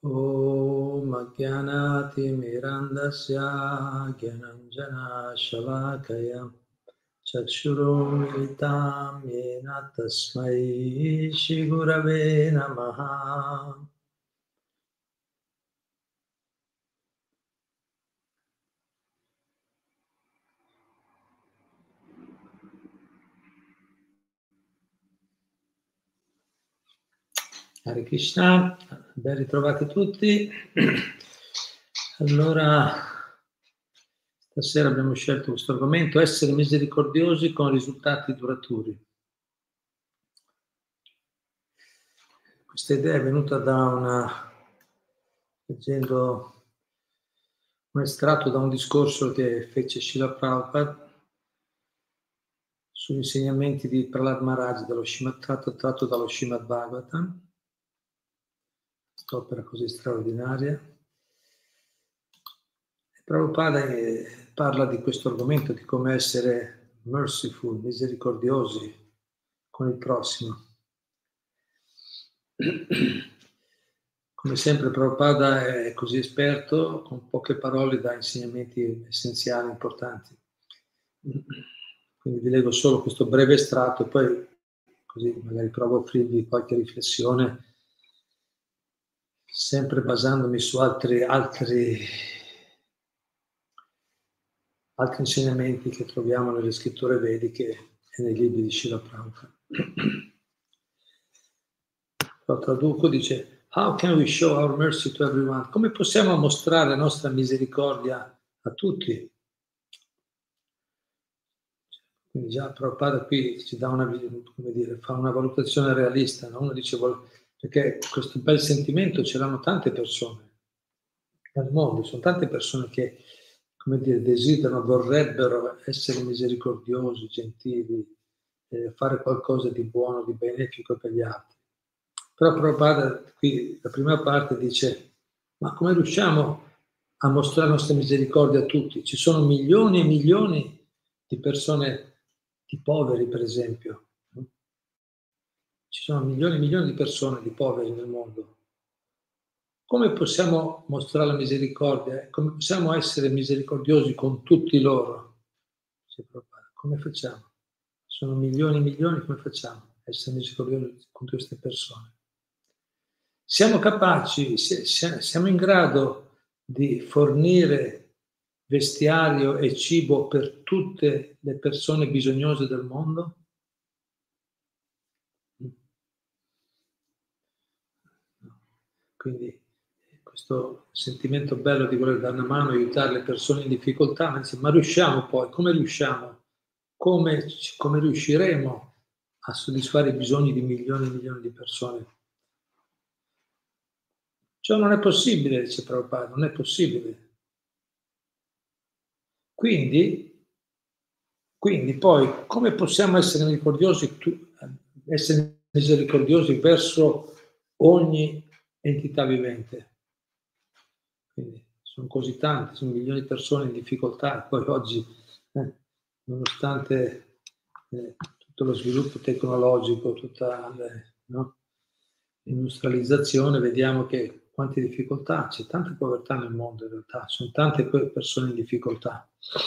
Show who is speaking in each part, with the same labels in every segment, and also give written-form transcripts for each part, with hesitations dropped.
Speaker 1: Om Ajnanati Mirandasya Gyananjana Shalakaya Chakshurumilitam Yena Tasmai Shri Gurave Namaha. Hare Krishna, ben ritrovati tutti. Allora, stasera abbiamo scelto questo argomento, essere misericordiosi con risultati duraturi. Questa idea è venuta leggendo un estratto da un discorso che fece Srila Prabhupada sugli insegnamenti di Prahlad Maharaj tratto dallo Srimad Bhagavatam, quest'opera così straordinaria. Prabhupada parla di questo argomento, di come essere merciful, misericordiosi con il prossimo. Come sempre Prabhupada è così esperto, con poche parole dà insegnamenti essenziali, importanti. Quindi vi leggo solo questo breve estratto e poi così magari provo a offrirvi qualche riflessione, sempre basandomi su altri insegnamenti che troviamo nelle scritture vediche e nei libri di Srila Prabhupada. Lo traduco, dice: How can we show our mercy to everyone? Come possiamo mostrare la nostra misericordia a tutti? Quindi già Prabhupada qui ci dà fa una valutazione realista, no? Uno dice, perché questo bel sentimento ce l'hanno tante persone nel mondo, sono tante persone che, desiderano, vorrebbero essere misericordiosi, gentili, fare qualcosa di buono, di benefico per gli altri. Però Prabhupada qui, la prima parte dice, ma come riusciamo a mostrare la nostra misericordia a tutti? Ci sono milioni e milioni di persone, di poveri per esempio. Ci sono milioni e milioni di persone, di poveri nel mondo. Come possiamo mostrare la misericordia? Come possiamo essere misericordiosi con tutti loro? Come facciamo? Sono milioni e milioni, come facciamo a essere misericordiosi con queste persone? Siamo capaci, siamo in grado di fornire vestiario e cibo per tutte le persone bisognose del mondo? Quindi questo sentimento bello di voler dare una mano, aiutare le persone in difficoltà, ma riusciamo poi, come riusciamo? Come riusciremo a soddisfare i bisogni di milioni e milioni di persone? Ciò non è possibile, dice Prabhupada, non è possibile. Quindi poi come possiamo essere misericordiosi verso ogni entità vivente? Quindi sono così tanti, sono milioni di persone in difficoltà, poi oggi, nonostante tutto lo sviluppo tecnologico, tutta l'industrializzazione, vediamo che quante difficoltà, c'è tanta povertà nel mondo in realtà, sono tante persone in difficoltà.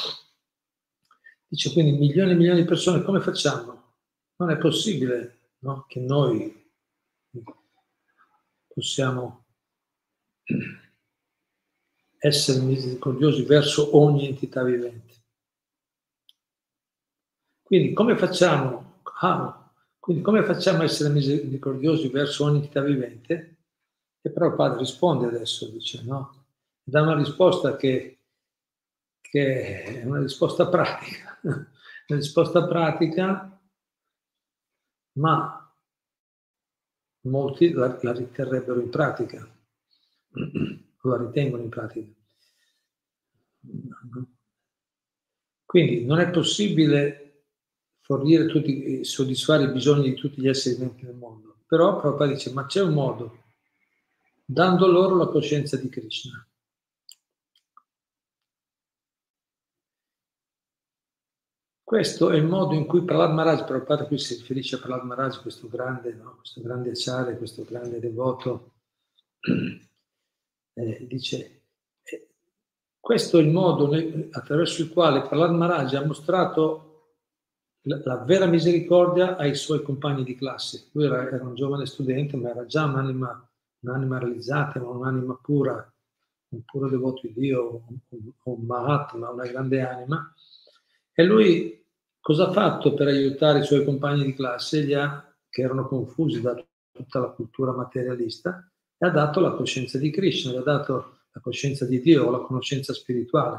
Speaker 1: Dice quindi milioni e milioni di persone, come facciamo? Non è possibile, no? Che noi possiamo essere misericordiosi verso ogni entità vivente. Quindi come facciamo a essere misericordiosi verso ogni entità vivente? E però il padre risponde adesso, dice, no? Dà una risposta che è una risposta pratica, ma molti la riterrebbero in pratica, o la ritengono in pratica. Quindi non è possibile soddisfare i bisogni di tutti gli esseri viventi nel mondo. Però Prabhupada dice, ma c'è un modo, dando loro la coscienza di Krishna. Questo è il modo in cui Prahlad Maharaj, Prabhupada qui si riferisce a Prahlad Maharaj, questo grande acciaria, questo grande devoto, dice, questo è il modo attraverso il quale Prahlad Maharaj ha mostrato la vera misericordia ai suoi compagni di classe. Lui era un giovane studente, ma era già un'anima realizzata, ma un'anima pura, un puro devoto di Dio, un Mahatma, una grande anima. E lui cosa ha fatto per aiutare i suoi compagni di classe, che erano confusi da tutta la cultura materialista, e ha dato la coscienza di Krishna, gli ha dato la coscienza di Dio, la conoscenza spirituale.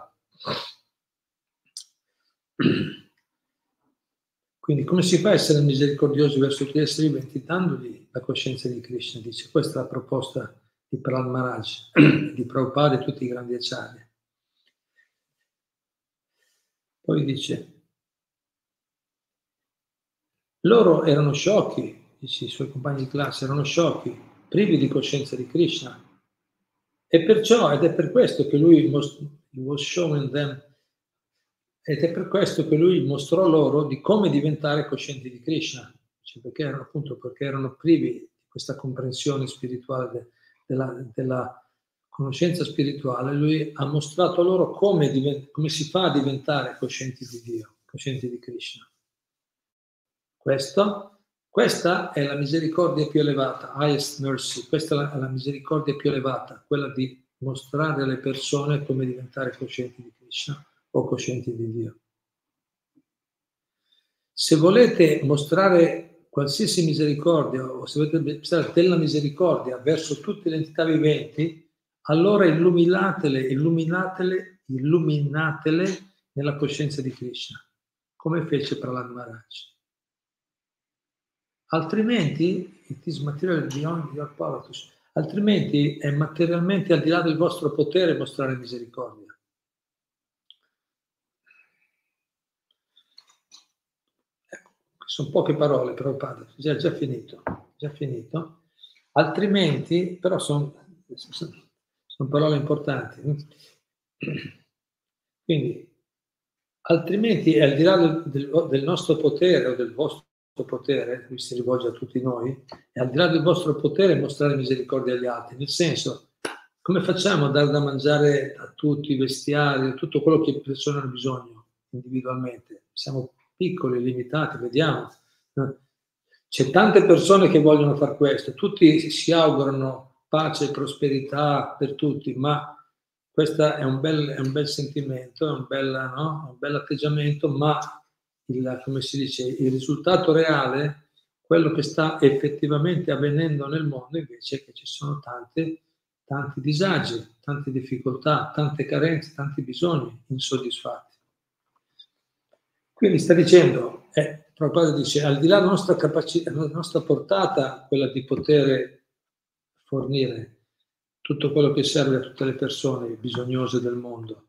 Speaker 1: Quindi come si fa a essere misericordiosi verso tutti gli esseri viventi? Dandogli la coscienza di Krishna, dice. Questa è la proposta di Prahlad Maharaj, di Prabhupada e tutti i grandi acharya. Poi dice, loro erano sciocchi, dice, i suoi compagni di classe erano sciocchi, privi di coscienza di Krishna. E perciò, ed è per questo che lui was showing them, ed è per questo che lui mostrò loro di come diventare coscienti di Krishna, cioè perché erano privi di questa comprensione spirituale, della conoscenza spirituale. Lui ha mostrato loro come si fa a diventare coscienti di Dio, coscienti di Krishna. Questa è la misericordia più elevata, highest mercy, questa è la misericordia più elevata, quella di mostrare alle persone come diventare coscienti di Krishna o coscienti di Dio. Se volete mostrare qualsiasi misericordia o se volete mostrare della misericordia verso tutte le entità viventi, allora illuminatele nella coscienza di Krishna, come fece Prahlad Maharaj. Altrimenti, it is material beyond your power. Altrimenti è materialmente al di là del vostro potere mostrare misericordia. Ecco, sono poche parole, però padre, già finito. Altrimenti, però sono parole importanti. Quindi, altrimenti è al di là del nostro potere o del vostro potere, lui si rivolge a tutti noi, e al di là del vostro potere mostrare misericordia agli altri, nel senso, come facciamo a dare da mangiare a tutti i bestiari, tutto quello che le persone hanno bisogno individualmente? Siamo piccoli, limitati, vediamo. C'è tante persone che vogliono fare questo, tutti si augurano pace e prosperità per tutti, ma questo è un bel sentimento, è un bel atteggiamento, ma come si dice, il risultato reale, quello che sta effettivamente avvenendo nel mondo invece è che ci sono tanti disagi, tante difficoltà, tante carenze, tanti bisogni insoddisfatti. Quindi sta dicendo, Prabhupada dice, al di là della nostra capacità, della nostra portata, quella di poter fornire tutto quello che serve a tutte le persone bisognose del mondo.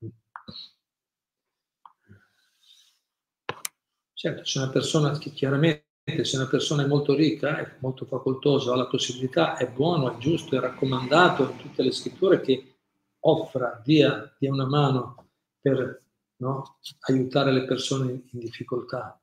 Speaker 1: Certo, se una persona che chiaramente, se una persona è molto ricca, è molto facoltosa, ha la possibilità, è buono, è giusto, è raccomandato in tutte le scritture che dia una mano per aiutare le persone in difficoltà.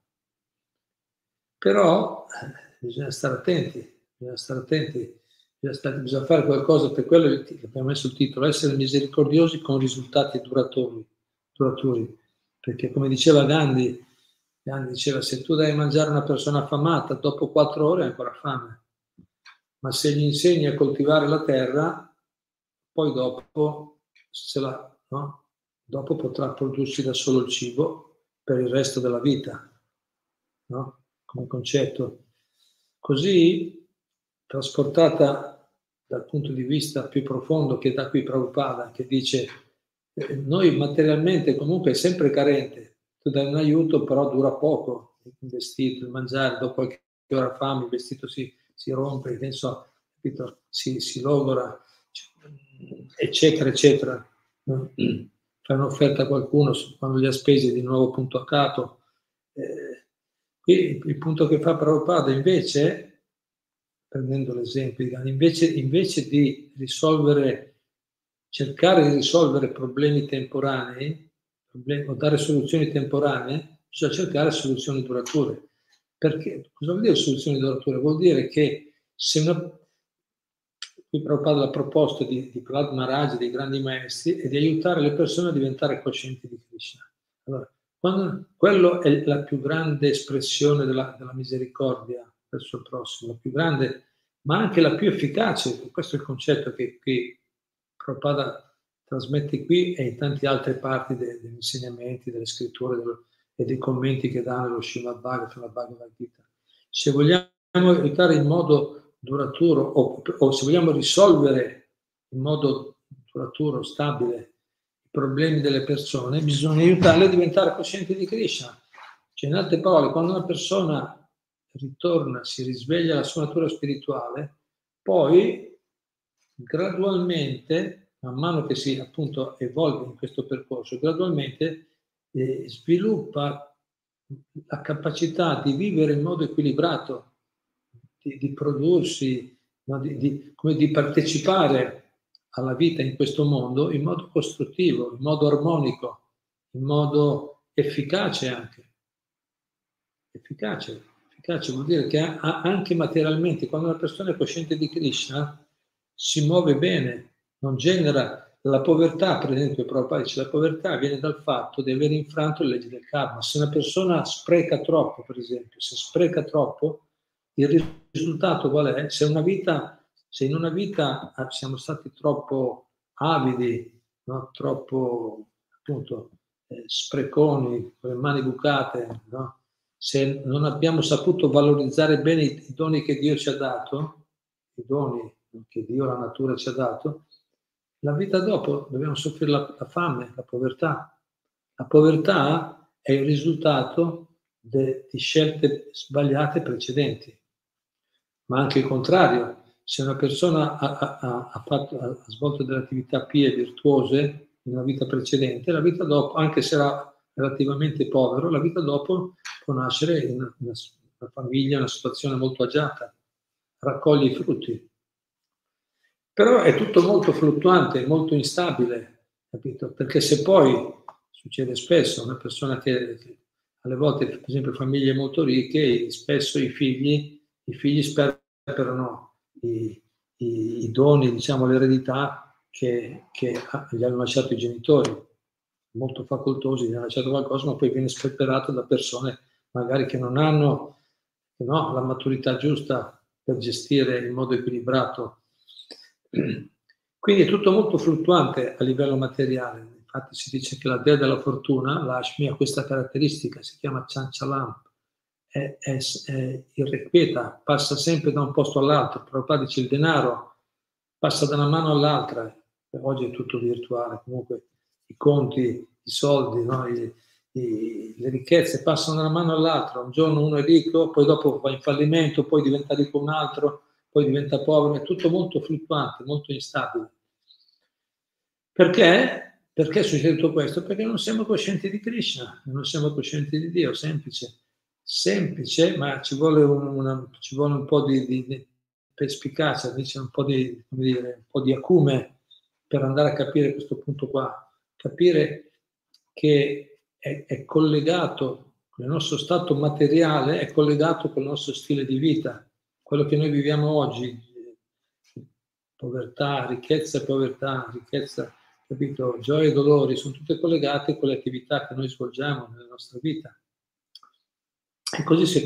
Speaker 1: Però bisogna stare attenti, bisogna fare qualcosa, per quello abbiamo messo il titolo, essere misericordiosi con risultati duraturi, perché come diceva Gandhi diceva, se tu dai mangiare a una persona affamata, dopo 4 ore ha ancora fame, ma se gli insegni a coltivare la terra, poi dopo potrà prodursi da solo il cibo per il resto della vita, no? Come concetto. Così, trasportata dal punto di vista più profondo che da qui Prabhupada, che dice noi materialmente comunque è sempre carente, tu dai un aiuto però dura poco, il vestito, il mangiare, dopo qualche ora fame il vestito si rompe, si logora, eccetera, eccetera. Fai un'offerta a qualcuno quando li ha spesi di nuovo punto a capo. Qui il punto che fa Prabhupada invece, prendendo l'esempio, invece di cercare di risolvere problemi temporanei, o dare soluzioni temporanee, bisogna cercare soluzioni durature. Perché? Cosa vuol dire soluzioni durature? Vuol dire che se qui Prabhupada ha proposto di Prahlad Maharaj, dei grandi maestri, e di aiutare le persone a diventare coscienti di Krishna. Allora, quello è la più grande espressione della misericordia verso il prossimo, la più grande, ma anche la più efficace. Questo è il concetto che Prabhupada trasmette qui e in tante altre parti degli insegnamenti, delle scritture e dei commenti che dà nello Srimad Bhagavatam, la Bhagavad Gita. Se vogliamo aiutare in modo duraturo o se vogliamo risolvere in modo duraturo, stabile, problemi delle persone, bisogna aiutarle a diventare coscienti di Krishna. Cioè, in altre parole, quando una persona ritorna, si risveglia alla sua natura spirituale, poi gradualmente, man mano che si appunto evolve in questo percorso, gradualmente sviluppa la capacità di vivere in modo equilibrato, di prodursi, no? di partecipare alla vita in questo mondo in modo costruttivo, in modo armonico, in modo efficace anche. Efficace vuol dire che anche materialmente, quando una persona è cosciente di Krishna, si muove bene, non genera la povertà. Per esempio, Prabhupada dice, la povertà viene dal fatto di aver infranto le leggi del karma. Se una persona spreca troppo, per esempio, se spreca troppo, il risultato qual è? Se in una vita siamo stati troppo avidi, no? Troppo appunto spreconi, con le mani bucate, no? Se non abbiamo saputo valorizzare bene i doni che Dio ci ha dato, i doni che Dio, la natura ci ha dato, la vita dopo dobbiamo soffrire la fame, la povertà. La povertà è il risultato di scelte sbagliate precedenti, ma anche il contrario. Se una persona ha svolto delle attività pie, virtuose nella vita precedente, la vita dopo, anche se era relativamente povero, la vita dopo può nascere in una famiglia, una situazione molto agiata, raccoglie i frutti. Però è tutto molto fluttuante, molto instabile, capito? Perché se poi, succede spesso, una persona che alle volte, per esempio famiglie molto ricche, spesso i figli sperperano i doni, diciamo l'eredità che gli hanno lasciato i genitori, molto facoltosi, gli hanno lasciato qualcosa, ma poi viene sperperato da persone magari che non hanno la maturità giusta per gestire in modo equilibrato. Quindi è tutto molto fluttuante a livello materiale. Infatti si dice che la dea della fortuna, Lakshmi, ha questa caratteristica, si chiama Chanchalam, è irrequieta, passa sempre da un posto all'altro. Prabhupada dice il denaro passa da una mano all'altra, oggi è tutto virtuale, comunque i conti, i soldi, no? Le ricchezze passano da una mano all'altra, un giorno uno è ricco, poi dopo va in fallimento, poi diventa ricco un altro, poi diventa povero, è tutto molto fluttuante, molto instabile. Perché? Perché succede tutto questo? Perché non siamo coscienti di Krishna, non siamo coscienti di Dio, semplice, ma ci vuole un po' di perspicacia, un po' di, come dire, un po' di acume per andare a capire questo punto qua, capire che è collegato, il nostro stato materiale è collegato col nostro stile di vita, quello che noi viviamo oggi, povertà, ricchezza, capito? Gioie e dolori sono tutte collegate con le attività che noi svolgiamo nella nostra vita. E così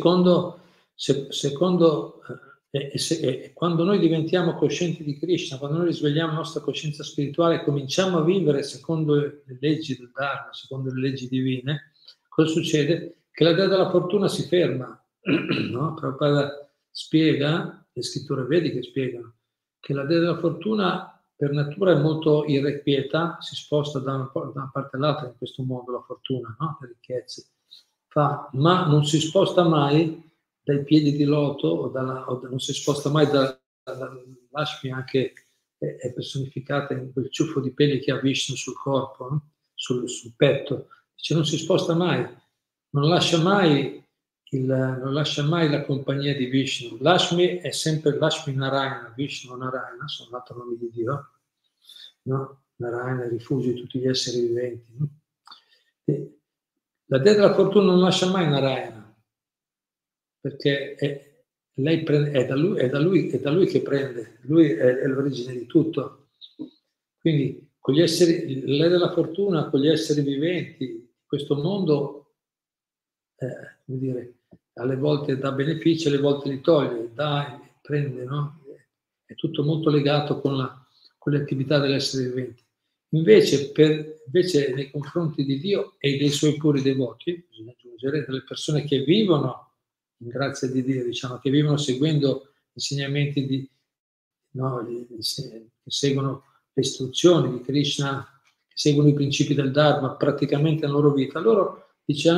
Speaker 1: quando noi diventiamo coscienti di Krishna, quando noi risvegliamo la nostra coscienza spirituale e cominciamo a vivere secondo le leggi del Dharma, secondo le leggi divine, cosa succede? Che la dea della fortuna si ferma. No? Prabhupada spiega, le scritture vediche spiegano, che la dea della fortuna per natura è molto irrequieta, si sposta da una parte all'altra in questo mondo la fortuna, no? Le ricchezze. Ma non si sposta mai dai piedi di loto non si sposta mai da Lakshmi, anche è personificata in quel ciuffo di peli che ha Vishnu sul corpo, no? sul petto. Dice, non si sposta mai, non lascia mai la compagnia di Vishnu. Lakshmi è sempre Lakshmi Narayana, Vishnu Narayana, sono l'altro nome di Dio, no? Narayana è il rifugio di tutti gli esseri viventi. No? La dea della fortuna non lascia mai Narayana, perché è da lui che prende, lui è l'origine di tutto. Quindi con gli esseri, lei della fortuna, con gli esseri viventi, questo mondo, come dire, alle volte dà benefici, alle volte li toglie, dà e prende, no? È tutto molto legato con le attività degli esseri viventi. Invece nei confronti di Dio e dei suoi puri devoti, bisogna aggiungere, delle persone che vivono in grazia di Dio, diciamo, che vivono seguendo insegnamenti che seguono le istruzioni di Krishna, che seguono i principi del Dharma praticamente nella loro vita, loro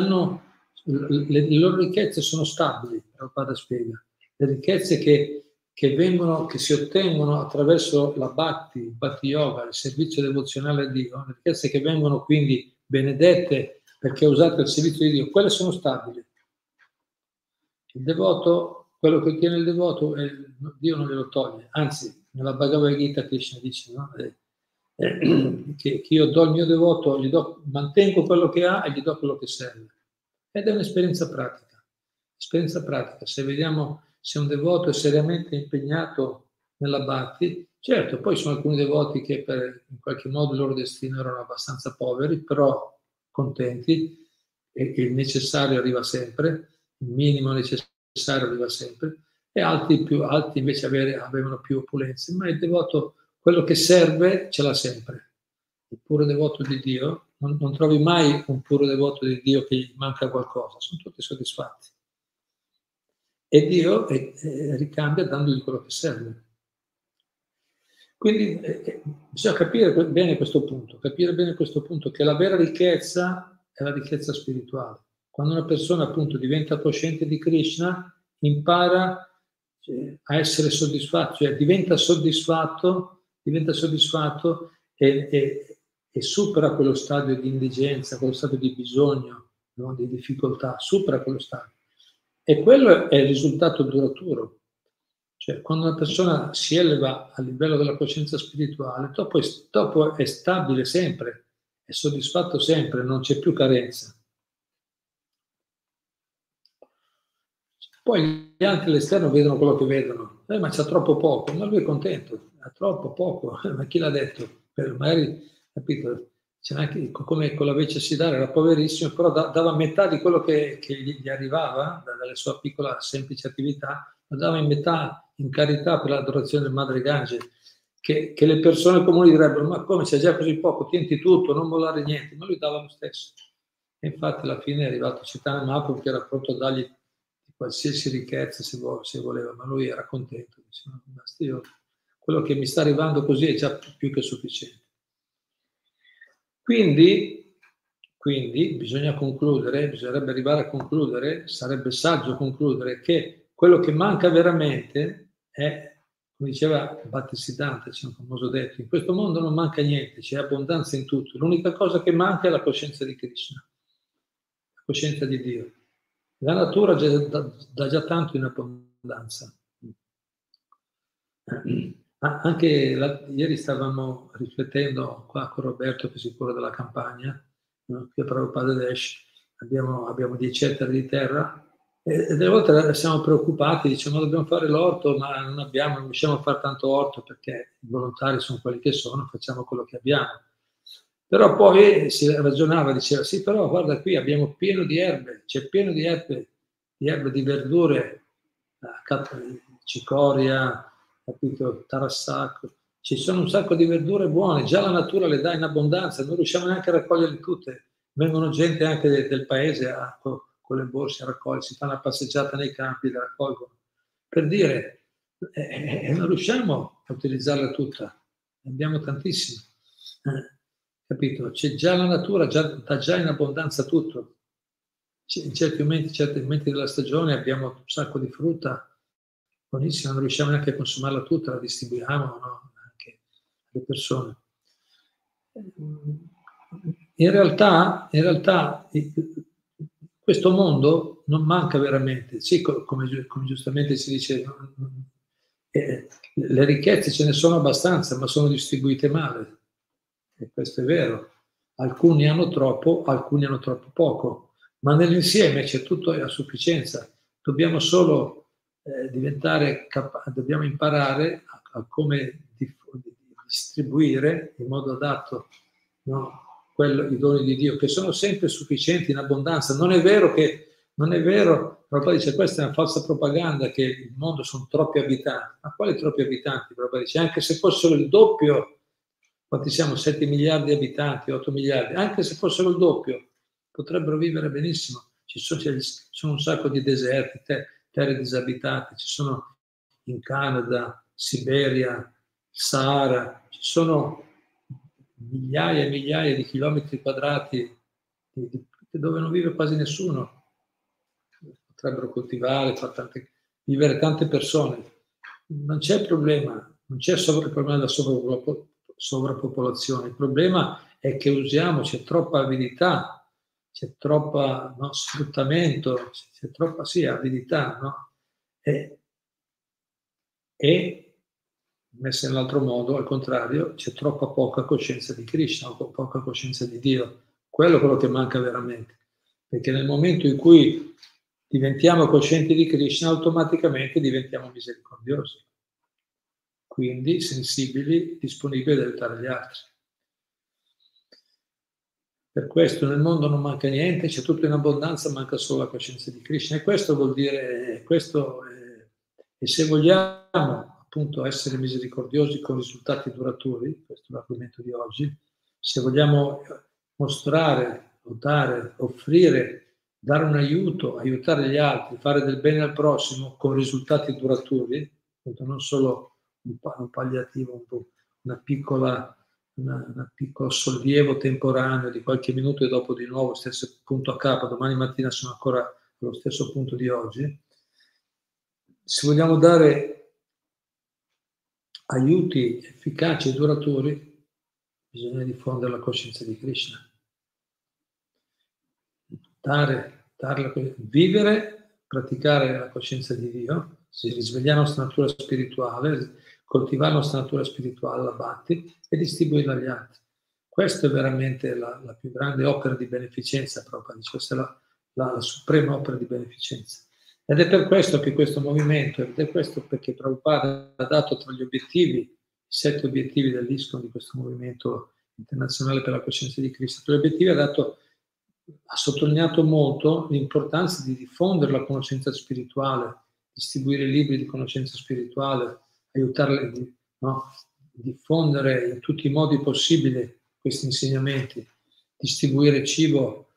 Speaker 1: le loro ricchezze sono stabili, Prabhupada spiega, le ricchezze che si ottengono attraverso la Bhakti Yoga, il servizio devozionale a Dio, le ricchezze che vengono quindi benedette perché usate al servizio di Dio, quelle sono stabili. Il devoto, quello che ottiene il devoto, Dio non glielo toglie, anzi, nella Bhagavad Gita Krishna dice, no? Che io do il mio devoto, mantengo quello che ha e gli do quello che serve. Ed è un'esperienza pratica. Esperienza pratica. Se vediamo se un devoto è seriamente impegnato nella Bhakti, certo, poi sono alcuni devoti che in qualche modo il loro destino erano abbastanza poveri, però contenti, e il necessario arriva sempre, il minimo necessario arriva sempre, e altri invece avevano più opulenze, ma il devoto, quello che serve, ce l'ha sempre. Il puro devoto di Dio, non trovi mai un puro devoto di Dio che gli manca qualcosa, sono tutti soddisfatti. E Dio ricambia dandogli quello che serve. Quindi bisogna capire bene questo punto, che la vera ricchezza è la ricchezza spirituale. Quando una persona appunto diventa cosciente di Krishna, impara a essere soddisfatto, cioè diventa soddisfatto e supera quello stadio di indigenza, quello stadio di bisogno, no? Di difficoltà, supera quello stadio. E quello è il risultato duraturo. Cioè, quando una persona si eleva a livello della coscienza spirituale, dopo è stabile sempre, è soddisfatto sempre, non c'è più carenza. Poi gli altri all'esterno vedono quello che vedono, ma c'ha troppo poco, ma lui è contento, ha troppo poco, ma chi l'ha detto? Magari, capito, c'è anche come con la Vecchia Siddhara, era poverissimo, però dava metà di quello che gli arrivava dalle sue piccola semplici attività, lo dava in metà in carità per l'adorazione del Madre Gange, che le persone comuni direbbero, ma come c'è già così poco, tienti tutto, non mollare niente, ma lui dava lo stesso. E infatti alla fine è arrivato Chaitanya Mahaprabhu che era pronto a dargli qualsiasi ricchezza se voleva, ma lui era contento, diceva, quello che mi sta arrivando così è già più che sufficiente. Quindi bisognerebbe arrivare a concludere, sarebbe saggio concludere che quello che manca veramente è, come diceva Bhattisiddhanta, c'è un famoso detto, in questo mondo non manca niente, c'è abbondanza in tutto, l'unica cosa che manca è la coscienza di Krishna, la coscienza di Dio. La natura dà già tanto in abbondanza. Anche ieri stavamo riflettendo qua con Roberto che si cura della campagna, no? Qui a Prabhupada-Desh abbiamo 10 ettari di terra e delle volte siamo preoccupati, diciamo dobbiamo fare l'orto, ma non riusciamo a fare tanto orto perché i volontari sono quelli che sono, facciamo quello che abbiamo. Però poi si ragionava, diceva sì, però guarda qui abbiamo pieno di erbe, c'è pieno di erbe, di verdure, cicoria, capito, tarassaco, ci sono un sacco di verdure buone, già la natura le dà in abbondanza, non riusciamo neanche a raccoglierle tutte, vengono gente anche del paese con le borse a raccogliere, si fa una passeggiata nei campi, le raccolgono, per dire, non riusciamo a utilizzarla tutta, ne abbiamo tantissime. Capito? C'è già la natura, dà già in abbondanza tutto. In certi momenti della stagione abbiamo un sacco di frutta buonissima, non riusciamo neanche a consumarla tutta, la distribuiamo, no? Anche alle persone. In realtà questo mondo non manca veramente, sì, come giustamente si dice, le ricchezze ce ne sono abbastanza, ma sono distribuite male. E questo è vero, alcuni hanno troppo poco, ma nell'insieme c'è tutto a sufficienza, dobbiamo solo dobbiamo imparare a come distribuire in modo adatto, no, i doni di Dio, che sono sempre sufficienti in abbondanza. Non è vero, Prabhupada dice, questa è una falsa propaganda che il mondo sono troppi abitanti. Ma quali troppi abitanti? Prabhupada dice, anche se fossero il doppio, quanti siamo? 7 miliardi di abitanti, 8 miliardi, anche se fossero il doppio, potrebbero vivere benissimo. Ci sono un sacco di deserti, terre disabitate, ci sono in Canada, Siberia, Sahara, ci sono migliaia e migliaia di chilometri quadrati dove non vive quasi nessuno. Potrebbero coltivare, vivere tante persone. Non c'è problema, non c'è il problema della sovrappopolazione. Il problema è che c'è troppa avidità, c'è troppo sfruttamento, c'è troppa avidità, no? E messa in un altro modo, al contrario, c'è troppa poca coscienza di Krishna, o poca coscienza di Dio. Quello è quello che manca veramente. Perché nel momento in cui diventiamo coscienti di Krishna, automaticamente diventiamo misericordiosi. Quindi sensibili, disponibili ad aiutare gli altri. Per questo nel mondo non manca niente, c'è tutto in abbondanza, manca solo la coscienza di Krishna. E questo vuol dire, e se vogliamo appunto essere misericordiosi con risultati duraturi, questo è l'argomento di oggi, se vogliamo mostrare, offrire, dare un aiuto, aiutare gli altri, fare del bene al prossimo con risultati duraturi, appunto non solo un palliativo, un piccolo sollievo temporaneo di qualche minuto e dopo di nuovo stesso punto a capo, domani mattina sono ancora allo stesso punto di oggi. Se vogliamo dare aiuti efficaci e duraturi, bisogna diffondere la coscienza di Krishna. Vivere, praticare la coscienza di Dio, si risvegliare la nostra natura spirituale, coltivare la nostra natura spirituale, la bhakti, e distribuirla agli altri. Questa è veramente la più grande opera di beneficenza, proprio. Questa è la suprema opera di beneficenza. Ed è per questo che questo movimento, ed è questo perché Prabhupada ha dato tra gli obiettivi, i 7 obiettivi dell'ISKCON, di questo movimento internazionale per la coscienza di Cristo, tra gli obiettivi ha sottolineato molto l'importanza di diffondere la conoscenza spirituale, distribuire libri di conoscenza spirituale, aiutarle, diffondere in tutti i modi possibili questi insegnamenti, distribuire cibo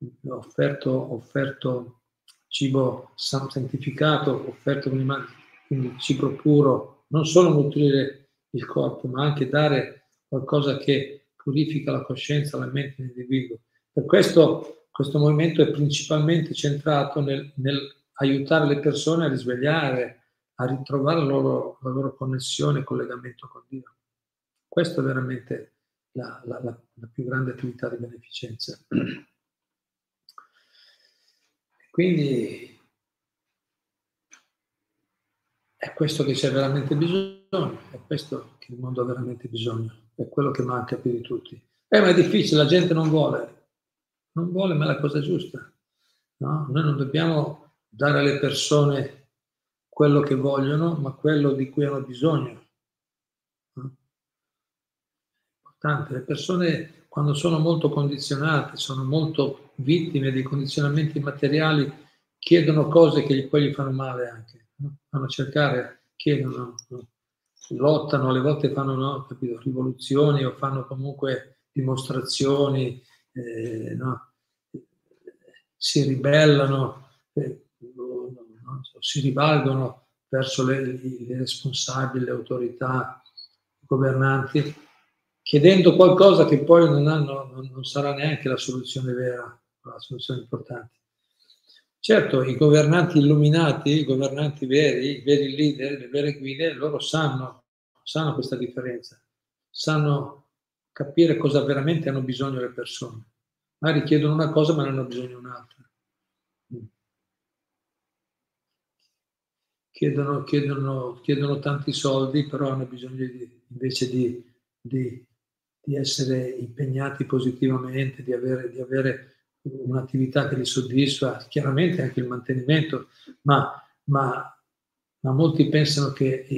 Speaker 1: offerto cibo santificato, offerto quindi cibo puro, non solo nutrire il corpo, ma anche dare qualcosa che purifica la coscienza, la mente dell'individuo. Per questo movimento è principalmente centrato nel aiutare le persone a risvegliare, a ritrovare la loro connessione e collegamento con Dio. Questa è veramente la più grande attività di beneficenza. Quindi è questo che c'è veramente bisogno, è questo che il mondo ha veramente bisogno, è quello che manca più di tutti. Ma è difficile, la gente non vuole, ma è la cosa giusta. No? Noi non dobbiamo dare alle persone quello che vogliono, ma quello di cui hanno bisogno. No? Importante, le persone quando sono molto condizionate, sono molto vittime dei condizionamenti materiali, chiedono cose che poi gli fanno male anche. No? Vanno a cercare, chiedono, no? Lottano, alle volte fanno rivoluzioni o fanno comunque dimostrazioni, no? Si ribellano, si rivalgono verso le responsabili, le autorità, i governanti, chiedendo qualcosa che poi non sarà neanche la soluzione vera, la soluzione importante. Certo, i governanti illuminati, i governanti veri, i veri leader, le vere guide, loro sanno questa differenza, sanno capire cosa veramente hanno bisogno le persone. Magari chiedono una cosa ma ne hanno bisogno un'altra. Chiedono tanti soldi, però hanno bisogno invece di essere impegnati positivamente, di avere un'attività che li soddisfa, chiaramente anche il mantenimento, ma ma molti pensano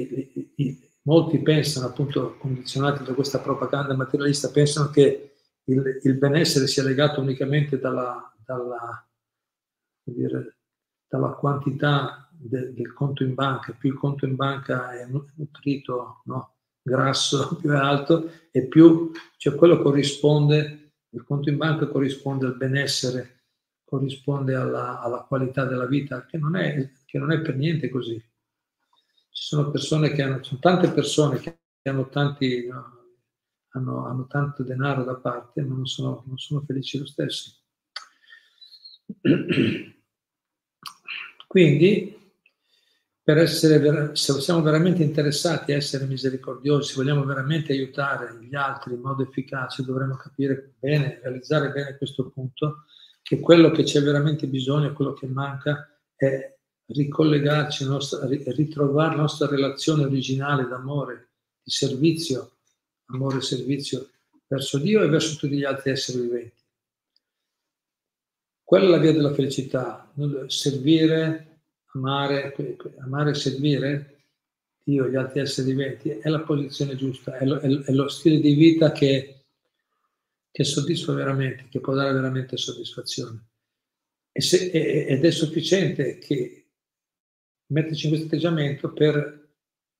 Speaker 1: appunto, condizionati da questa propaganda materialista, pensano che il benessere sia legato unicamente dalla quantità del conto in banca. Più il conto in banca è nutrito, no? Grasso, più è alto, e più, cioè quello corrisponde, il conto in banca corrisponde al benessere, corrisponde alla qualità della vita, che non è per niente così. Ci sono persone sono tante persone che hanno tanti, no, hanno tanto denaro da parte, ma non sono felici lo stesso. Quindi, se siamo veramente interessati a essere misericordiosi, se vogliamo veramente aiutare gli altri in modo efficace, dovremmo capire bene, realizzare bene questo punto, che quello che c'è veramente bisogno, quello che manca, è ricollegarci, ritrovare la nostra relazione originale d'amore, di servizio, amore e servizio verso Dio e verso tutti gli altri esseri viventi. Quella è la via della felicità, servire, amare e servire Dio e gli altri esseri viventi è la posizione giusta, è lo stile di vita che soddisfa veramente, che può dare veramente soddisfazione. Ed è sufficiente che metterci in questo atteggiamento per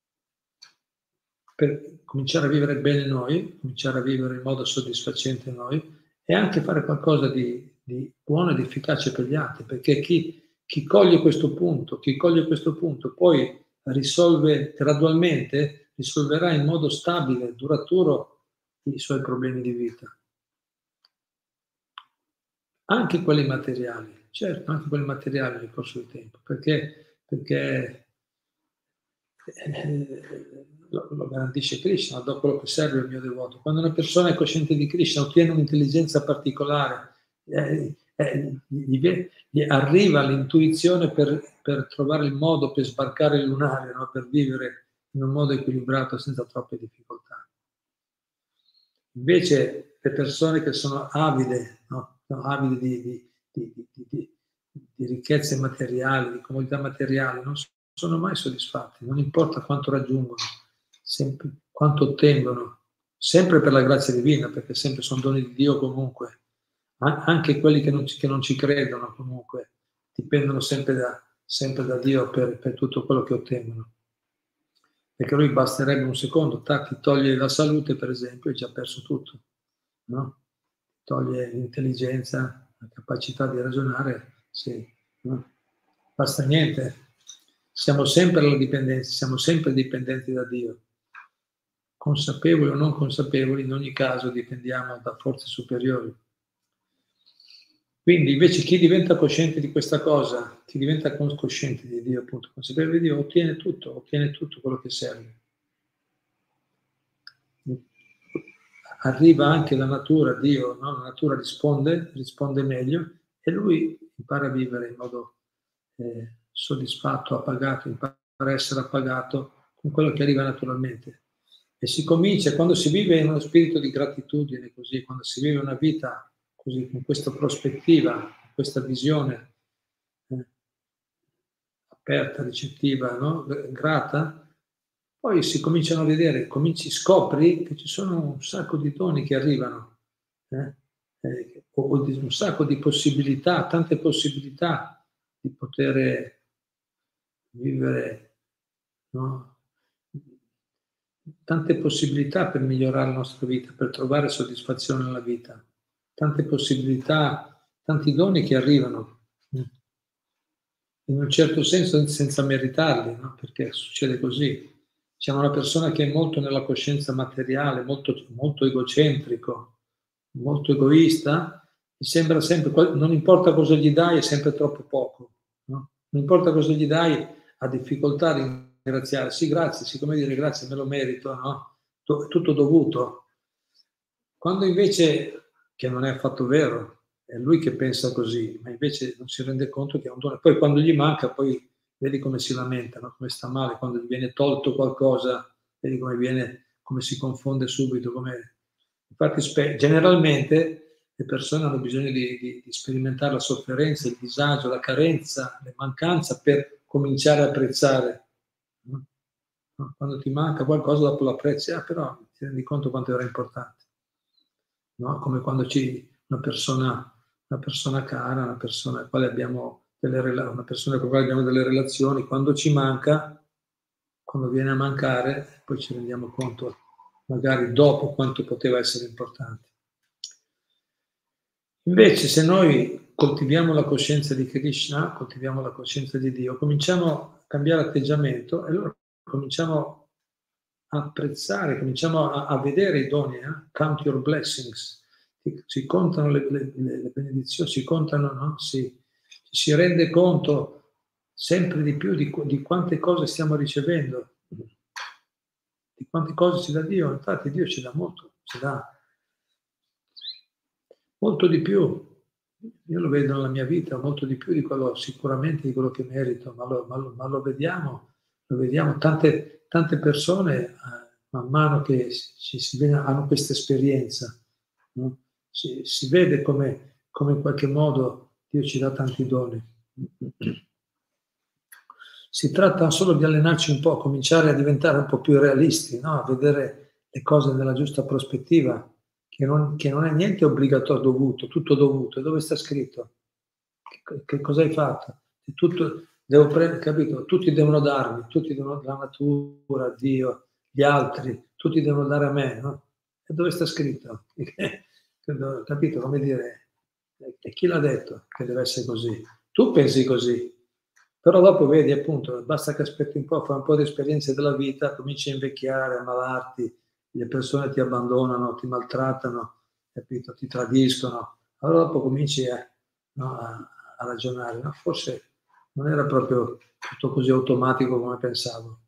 Speaker 1: cominciare a vivere bene noi, cominciare a vivere in modo soddisfacente noi, e anche fare qualcosa di buono e di efficace per gli altri, perché chi coglie questo punto, poi risolverà in modo stabile, duraturo i suoi problemi di vita. Anche quelli materiali, certo, anche quelli materiali nel corso del tempo, perché lo garantisce Krishna, do quello che serve al mio devoto. Quando una persona è cosciente di Krishna, ottiene un'intelligenza particolare, gli arriva l'intuizione per trovare il modo per sbarcare il lunario, no? Per vivere in un modo equilibrato senza troppe difficoltà. Invece le persone che sono avide, no? Sono avide di ricchezze materiali, di comodità materiali, non sono mai soddisfatti, non importa quanto raggiungono, sempre, quanto ottengono, sempre per la grazia divina, perché sempre sono doni di Dio comunque. Anche quelli che non ci credono comunque dipendono sempre da Dio per tutto quello che ottengono. Perché lui basterebbe un secondo, ti toglie la salute per esempio e già perso tutto, no? Toglie l'intelligenza, la capacità di ragionare, sì, no? Basta niente. Siamo sempre alla dipendenza, siamo sempre dipendenti da Dio. Consapevoli o non consapevoli, in ogni caso dipendiamo da forze superiori. Quindi invece chi diventa cosciente di questa cosa, chi diventa cosciente di Dio, appunto, consapevole di Dio, ottiene tutto quello che serve. Arriva anche la natura, Dio, no? La natura risponde meglio e lui impara a vivere in modo soddisfatto, appagato, impara a essere appagato con quello che arriva naturalmente. E si comincia, quando si vive in uno spirito di gratitudine, così, quando si vive una vita così, con questa prospettiva, questa visione aperta, ricettiva, no? Grata, poi si cominciano a vedere, scopri che ci sono un sacco di doni che arrivano, un sacco di possibilità, tante possibilità di poter vivere, no? Tante possibilità per migliorare la nostra vita, per trovare soddisfazione nella vita, tante possibilità, tanti doni che arrivano, in un certo senso senza meritarli, no? Perché succede così. C'è una persona che è molto nella coscienza materiale, molto, molto egocentrico, molto egoista, mi sembra sempre, non importa cosa gli dai, è sempre troppo poco, no? Non importa cosa gli dai, ha difficoltà a ringraziare. Sì, grazie, siccome dire grazie me lo merito, no? È tutto dovuto. Quando invece, che non è affatto vero, è lui che pensa così, ma invece non si rende conto che è un dono. Poi quando gli manca, poi vedi come si lamenta, no? Come sta male, quando gli viene tolto qualcosa, vedi come si confonde subito. Infatti generalmente le persone hanno bisogno di sperimentare la sofferenza, il disagio, la carenza, la mancanza per cominciare a apprezzare no? Quando ti manca qualcosa dopo lo apprezzi, però ti rendi conto quanto era importante, no? Come quando una persona cara, una persona con la quale abbiamo una persona con la quale abbiamo delle relazioni, quando ci manca, quando viene a mancare, poi ci rendiamo conto magari dopo quanto poteva essere importante. Invece se noi coltiviamo la coscienza di Krishna, coltiviamo la coscienza di Dio, cominciamo a cambiare atteggiamento e allora cominciamo a apprezzare, cominciamo a vedere i doni, count your blessings, si contano le benedizioni, si contano, no? Si rende conto sempre di più di quante cose stiamo ricevendo, di quante cose ci dà Dio. Infatti Dio ci dà molto, ci dà molto di più. Io lo vedo nella mia vita, molto di più di quello, sicuramente di quello che merito, ma lo vediamo tante persone man mano che hanno questa esperienza, no? Si vede come in qualche modo Dio ci dà tanti doni. Si tratta solo di allenarci un po', cominciare a diventare un po' più realisti, no? A vedere le cose nella giusta prospettiva, che non è niente obbligatorio, dovuto, tutto dovuto. Dove sta scritto? Che cosa hai fatto? Tutto, capito? Tutti devono darmi, tutti devono, la natura, Dio, gli altri, tutti devono dare a me, no? E dove sta scritto? Capito? Come dire, e chi l'ha detto che deve essere così? Tu pensi così, però dopo vedi appunto, basta che aspetti un po', fai un po' di esperienze della vita, cominci a invecchiare, a ammalarti, le persone ti abbandonano, ti maltrattano, capito? Ti tradiscono, allora dopo cominci a ragionare, no? Forse non era proprio tutto così automatico come pensavo.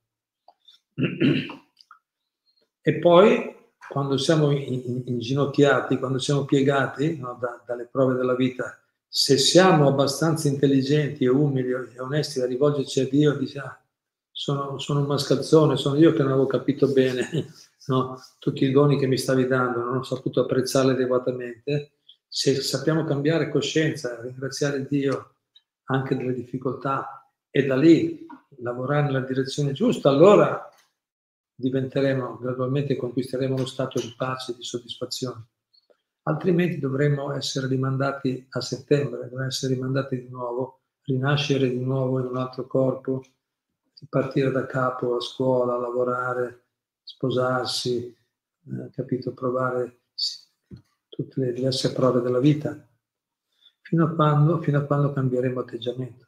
Speaker 1: E poi quando siamo inginocchiati, quando siamo piegati, no, dalle prove della vita, se siamo abbastanza intelligenti e umili e onesti da rivolgerci a Dio, diciamo, sono un mascalzone, sono io che non avevo capito bene, no, tutti i doni che mi stavi dando, non ho saputo apprezzarli adeguatamente. Se sappiamo cambiare coscienza, ringraziare Dio anche delle difficoltà e da lì lavorare nella direzione giusta, allora gradualmente conquisteremo lo stato di pace e di soddisfazione. Altrimenti dovremmo essere rimandati a settembre, dovremmo essere rimandati di nuovo, rinascere di nuovo in un altro corpo, partire da capo a scuola, lavorare, sposarsi, capito, provare tutte le diverse prove della vita, fino a quando cambieremo atteggiamento.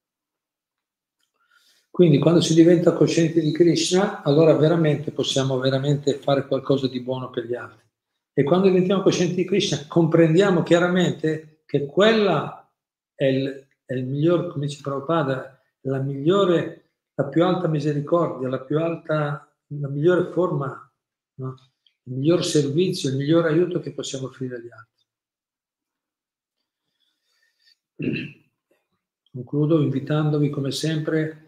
Speaker 1: Quindi quando si diventa coscienti di Krishna, allora possiamo veramente fare qualcosa di buono per gli altri. E quando diventiamo coscienti di Krishna, comprendiamo chiaramente che quella è il miglior, come dice Prabhupada, la più alta misericordia, la migliore forma, no? Il miglior servizio, il miglior aiuto che possiamo offrire agli altri. Concludo invitandovi come sempre,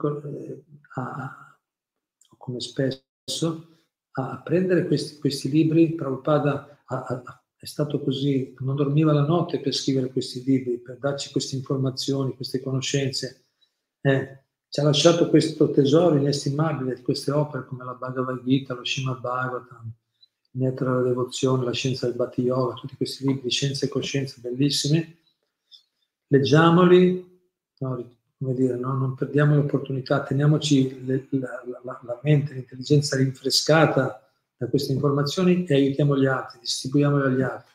Speaker 1: come spesso, a prendere questi libri. Prabhupada è stato così, non dormiva la notte per scrivere questi libri, per darci queste informazioni, queste conoscenze. Ci ha lasciato questo tesoro inestimabile di queste opere come la Bhagavad Gita, lo Srimad Bhagavatam, il Nettare della Devozione, la Scienza del Bhakti Yoga, tutti questi libri di scienza e coscienza bellissimi. Leggiamoli, no, come dire, no? Non perdiamo l'opportunità, teniamoci la mente, l'intelligenza rinfrescata da queste informazioni e aiutiamo gli altri, distribuiamole agli altri.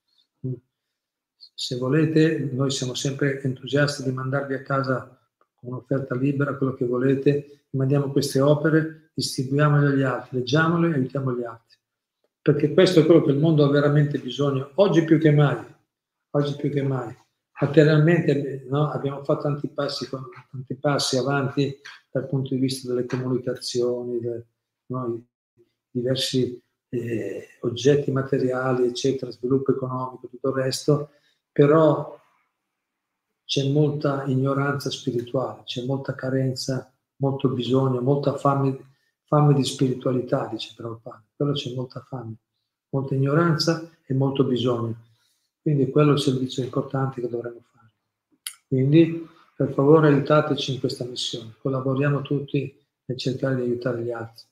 Speaker 1: Se volete, noi siamo sempre entusiasti di mandarvi a casa con un'offerta libera, quello che volete, mandiamo queste opere, distribuiamole agli altri, leggiamole e aiutiamo gli altri. Perché questo è quello che il mondo ha veramente bisogno, oggi più che mai. Oggi più che mai. Materialmente, no, abbiamo fatto tanti passi avanti dal punto di vista delle comunicazioni, no, diversi oggetti materiali, eccetera, sviluppo economico, tutto il resto, però c'è molta ignoranza spirituale, c'è molta carenza, molto bisogno, molta fame di spiritualità, dice Prabhupada. Quello c'è molta fame, molta ignoranza e molto bisogno. Quindi quello è il servizio importante che dovremmo fare. Quindi, per favore, aiutateci in questa missione. Collaboriamo tutti e cercare di aiutare gli altri.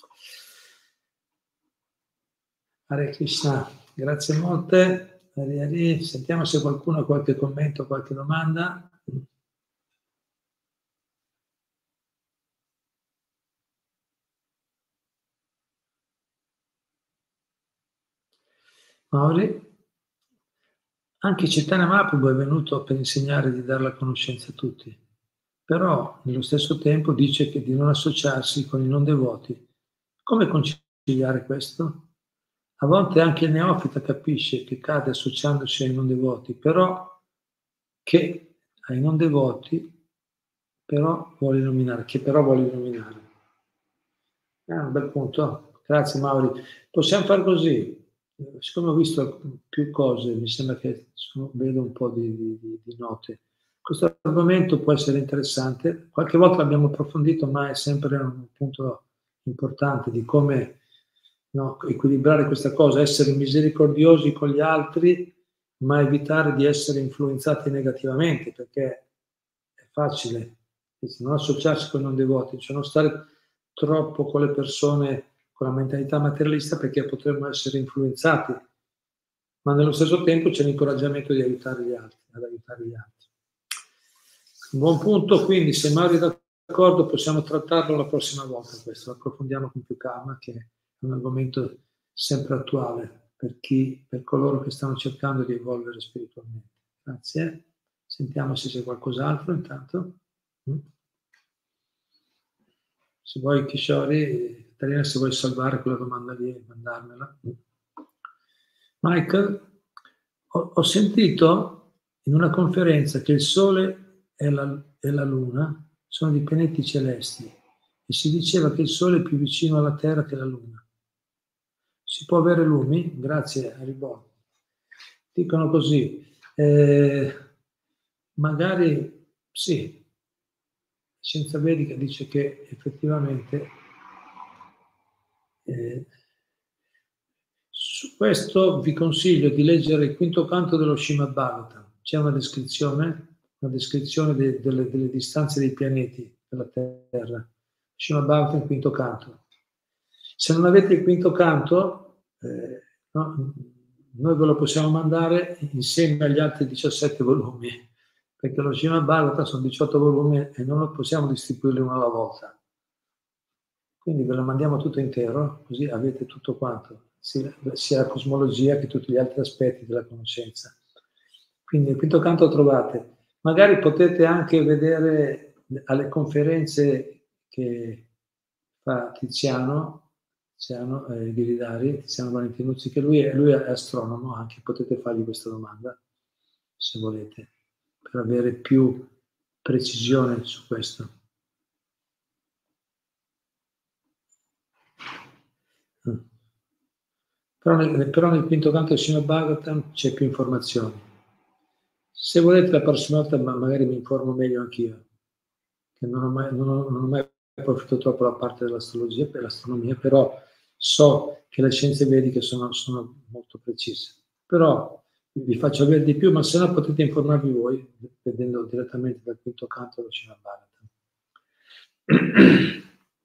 Speaker 1: Hare Krishna, grazie molte. Sentiamo se qualcuno ha qualche commento, qualche domanda. Mauri? Anche Chaitanya Mahaprabhu è venuto per insegnare di dare la conoscenza a tutti, però nello stesso tempo dice che di non associarsi con i non devoti. Come conciliare questo? A volte anche il neofita capisce che cade associandosi ai non devoti, però che ai non devoti però vuole illuminare, che però vuole illuminare. È un bel punto. Grazie Mauri. Possiamo fare così. Siccome ho visto più cose, mi sembra che vedo un po' di note. Questo argomento può essere interessante. Qualche volta l'abbiamo approfondito, ma è sempre un punto importante di come equilibrare questa cosa, essere misericordiosi con gli altri, ma evitare di essere influenzati negativamente, perché è facile non associarsi con i non devoti, cioè non stare troppo con le persone con la mentalità materialista, perché potremmo essere influenzati, ma nello stesso tempo c'è l'incoraggiamento di aiutare gli altri, ad aiutare gli altri. Un buon punto, quindi se Mario è d'accordo possiamo trattarlo la prossima volta, questo lo approfondiamo con più calma, che è un argomento sempre attuale per coloro che stanno cercando di evolvere spiritualmente. Grazie. Sentiamo se c'è qualcos'altro intanto. Se vuoi, Kishori, Tarina, se vuoi salvare quella domanda lì e mandarmela. Michael, ho sentito in una conferenza che il Sole e la Luna sono dei pianeti celesti e si diceva che il Sole è più vicino alla Terra che la Luna. Si può avere lumi? Grazie, Haribò. Dicono così. Magari sì. La scienza vedica dice che effettivamente su questo vi consiglio di leggere il quinto canto dello Srimad Bhagavatam. C'è una descrizione delle distanze dei pianeti della Terra. Srimad Bhagavatam, quinto canto. Se non avete il quinto canto, noi ve lo possiamo mandare insieme agli altri 17 volumi, perché lo Srimad Bhagavatam sono 18 volumi e non lo possiamo distribuirli uno alla volta. Quindi ve lo mandiamo tutto intero, così avete tutto quanto, sia la cosmologia che tutti gli altri aspetti della conoscenza. Quindi il quinto canto lo trovate. Magari potete anche vedere alle conferenze che fa Tiziano Ghiridari, Tiziano Valentinuzzi, che lui è astronomo, anche potete fargli questa domanda, se volete, per avere più precisione su questo. Però nel quinto canto del Srimad Bhagavatam c'è più informazioni. Se volete la prossima volta magari mi informo meglio anch'io, che non ho mai approfitto troppo la parte dell'astrologia per l'astronomia, però so che le scienze vediche sono molto precise. Però vi faccio avere di più, ma se no potete informarvi voi vedendo direttamente dal quinto canto dello Srimad Bhagavatam.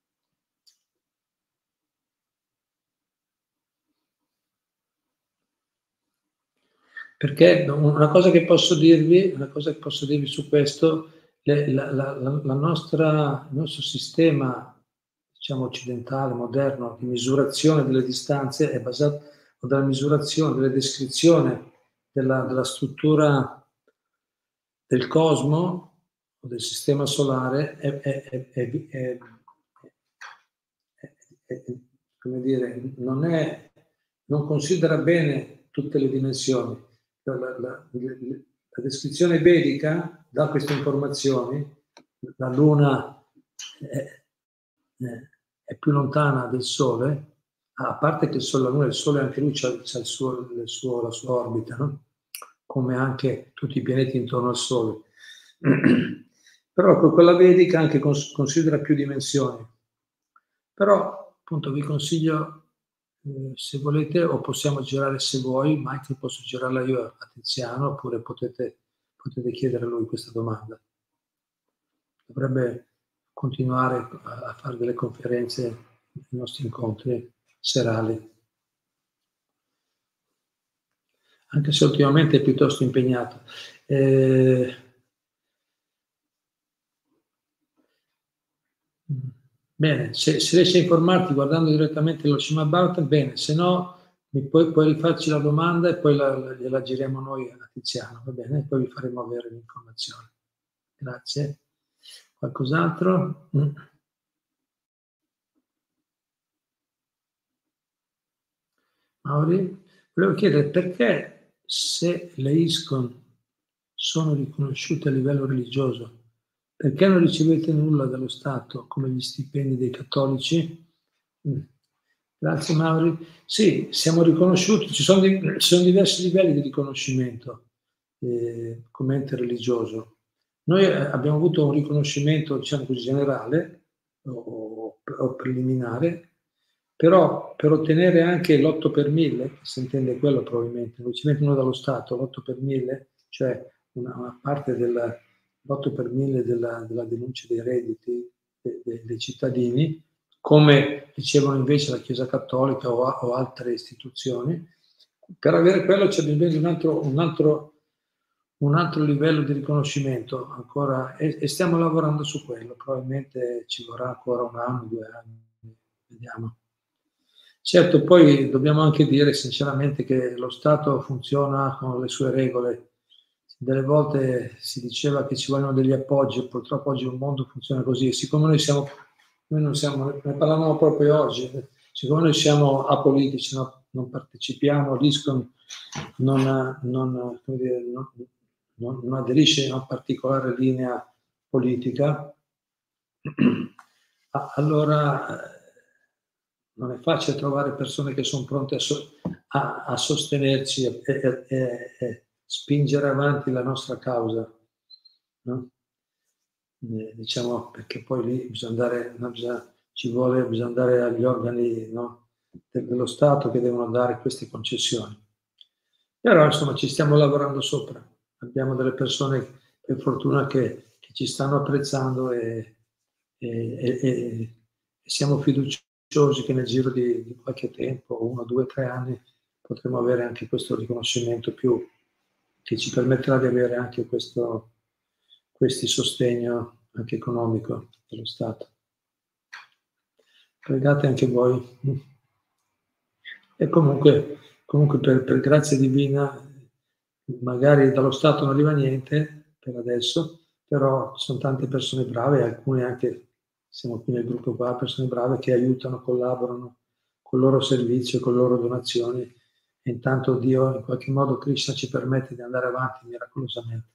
Speaker 1: Perché una cosa che posso dirvi su questo, il nostro sistema, diciamo, occidentale, moderno, di misurazione delle distanze è basato dalla misurazione, della descrizione della struttura del cosmo o del sistema solare, come dire, non considera bene tutte le dimensioni. La descrizione vedica dà queste informazioni. La Luna è più lontana del Sole, a parte che la Luna e il Sole anche lui c'ha la sua orbita, no? Come anche tutti i pianeti intorno al Sole. Però quella vedica anche considera più dimensioni. Però appunto vi consiglio, se volete, o possiamo girare, se vuoi, Michael, posso girarla io a Tiziano, oppure potete chiedere a lui questa domanda. Dovrebbe continuare a fare delle conferenze, i nostri incontri serali. Anche se ultimamente è piuttosto impegnato. Bene, se riesci a informarti guardando direttamente lo Shima Bhagavatam, bene, se no puoi rifarci la domanda e poi gliela giriamo noi a Tiziano, va bene? E poi vi faremo avere l'informazione. Grazie. Qualcos'altro? Mauri? Volevo chiedere perché se le ISKCON sono riconosciute a livello religioso, perché non ricevete nulla dallo Stato come gli stipendi dei cattolici? Grazie Mauri. Sì, siamo riconosciuti, ci sono diversi livelli di riconoscimento come ente religioso. Noi abbiamo avuto un riconoscimento, diciamo così, generale o preliminare, però per ottenere anche l'8 per 1000, si intende quello probabilmente, non ci mettono dallo Stato, l'8 per 1000, cioè una parte l'8 per 1000 della denuncia dei redditi dei cittadini, come ricevono invece la Chiesa Cattolica o altre istituzioni. Per avere quello c'è bisogno di un altro livello di riconoscimento ancora, e stiamo lavorando su quello, probabilmente ci vorrà ancora 1 anno, 2 anni, vediamo. Certo, poi dobbiamo anche dire sinceramente che lo Stato funziona con le sue regole. Delle volte si diceva che ci vogliono degli appoggi, e purtroppo oggi il mondo funziona così. Siccome noi non siamo, ne parlavamo proprio oggi, siccome noi siamo apolitici, non partecipiamo, l'ISKCON non aderisce a una particolare linea politica, allora non è facile trovare persone che sono pronte a sostenerci e spingere avanti la nostra causa, no? Diciamo, perché poi lì bisogna andare agli organi, no, dello Stato che devono dare queste concessioni. Però insomma ci stiamo lavorando sopra, abbiamo delle persone per fortuna che ci stanno apprezzando e siamo fiduciosi che nel giro di qualche tempo, 1, 2, 3 anni, potremo avere anche questo riconoscimento più, che ci permetterà di avere anche questo sostegno anche economico dello Stato. Pregate anche voi. E comunque per grazia divina, magari dallo Stato non arriva niente per adesso, però ci sono tante persone brave, alcune anche, siamo qui nel gruppo qua, persone brave che aiutano, collaborano con il loro servizio, con le loro donazioni, e intanto Dio, in qualche modo, Krishna ci permette di andare avanti miracolosamente.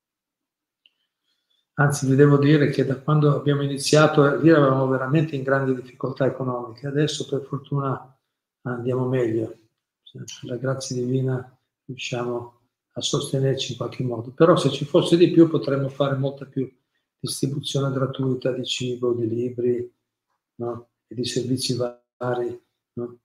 Speaker 1: Anzi, vi devo dire che da quando abbiamo iniziato, lì eravamo veramente in grandi difficoltà economiche, adesso per fortuna andiamo meglio, per la grazia divina riusciamo a sostenerci in qualche modo, però se ci fosse di più potremmo fare molta più distribuzione gratuita di cibo, di libri, no? E di servizi vari, no?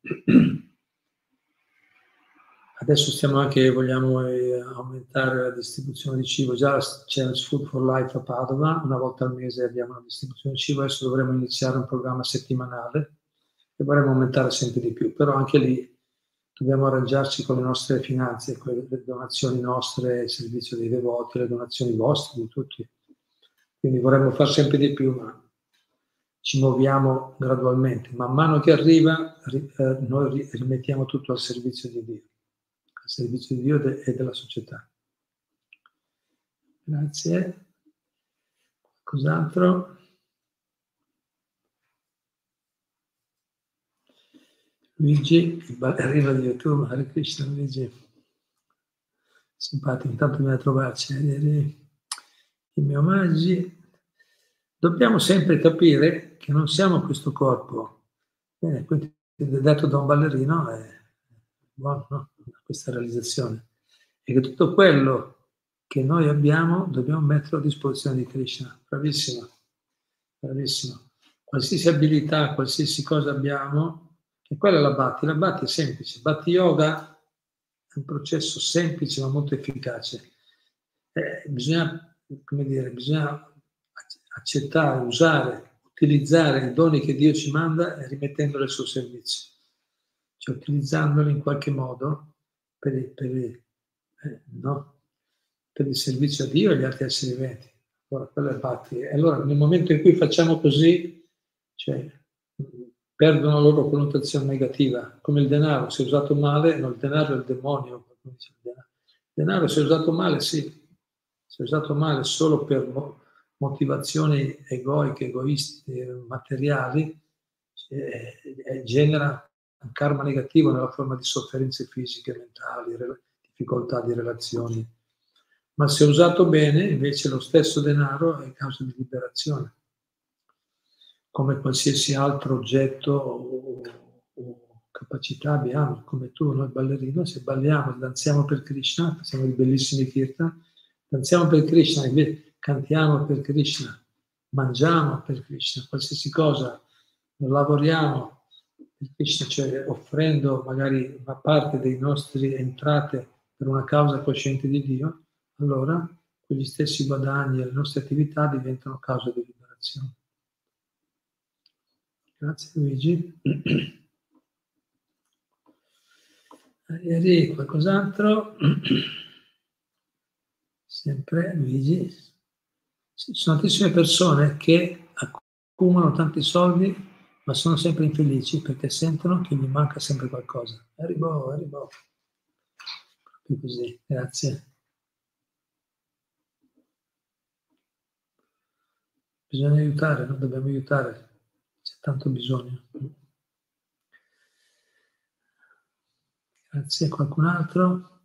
Speaker 1: Adesso vogliamo aumentare la distribuzione di cibo, già c'è il Food for Life a Padova, una volta al mese abbiamo una distribuzione di cibo, adesso dovremo iniziare un programma settimanale e vorremmo aumentare sempre di più, però anche lì dobbiamo arrangiarci con le nostre finanze, con le donazioni nostre, il servizio dei devoti, le donazioni vostre, di tutti. Quindi vorremmo fare sempre di più, ma ci muoviamo gradualmente. Man mano che arriva, noi rimettiamo tutto al servizio di Dio. Al servizio di Dio e della società. Grazie. Qualcos'altro? Luigi, il ballerino di YouTube, Hare Krishna Luigi. Simpatico, intanto viene a trovarci, i miei omaggi. Dobbiamo sempre capire che non siamo questo corpo. Bene, quindi detto da un ballerino è buono, no? Questa realizzazione. E che tutto quello che noi abbiamo dobbiamo metterlo a disposizione di Krishna. Bravissimo, bravissimo. Qualsiasi abilità, qualsiasi cosa abbiamo, e quella è la Bhakti è semplice. Bhakti Yoga è un processo semplice ma molto efficace. Bisogna accettare, usare, utilizzare i doni che Dio ci manda e rimettendoli al suo servizio, cioè utilizzandoli in qualche modo per il servizio a Dio e agli altri esseri viventi. Allora, quello è Bhakti. E allora, nel momento in cui facciamo così, cioè, perdono la loro connotazione negativa, come il denaro, se usato male, no, il denaro è il demonio. Il denaro, se usato male, sì, se usato male solo per motivazioni egoiche, egoiste, materiali, genera un karma negativo nella forma di sofferenze fisiche, mentali, difficoltà di relazioni. Ma se usato bene, invece, lo stesso denaro è causa di liberazione, come qualsiasi altro oggetto o capacità abbiamo, come tu, noi ballerino, se balliamo, danziamo per Krishna, facciamo dei bellissimi kirtan, danziamo per Krishna, cantiamo per Krishna, mangiamo per Krishna, qualsiasi cosa, lavoriamo per Krishna, cioè offrendo magari una parte delle nostre entrate per una causa cosciente di Dio, allora quegli stessi guadagni e le nostre attività diventano causa di liberazione. Grazie Luigi. Ieri qualcos'altro? Sempre Luigi. Ci sono tantissime persone che accumulano tanti soldi ma sono sempre infelici perché sentono che gli manca sempre qualcosa. Arrivo. Proprio così, grazie. Bisogna aiutare, no? Dobbiamo aiutare, c'è tanto bisogno. Grazie, qualcun altro?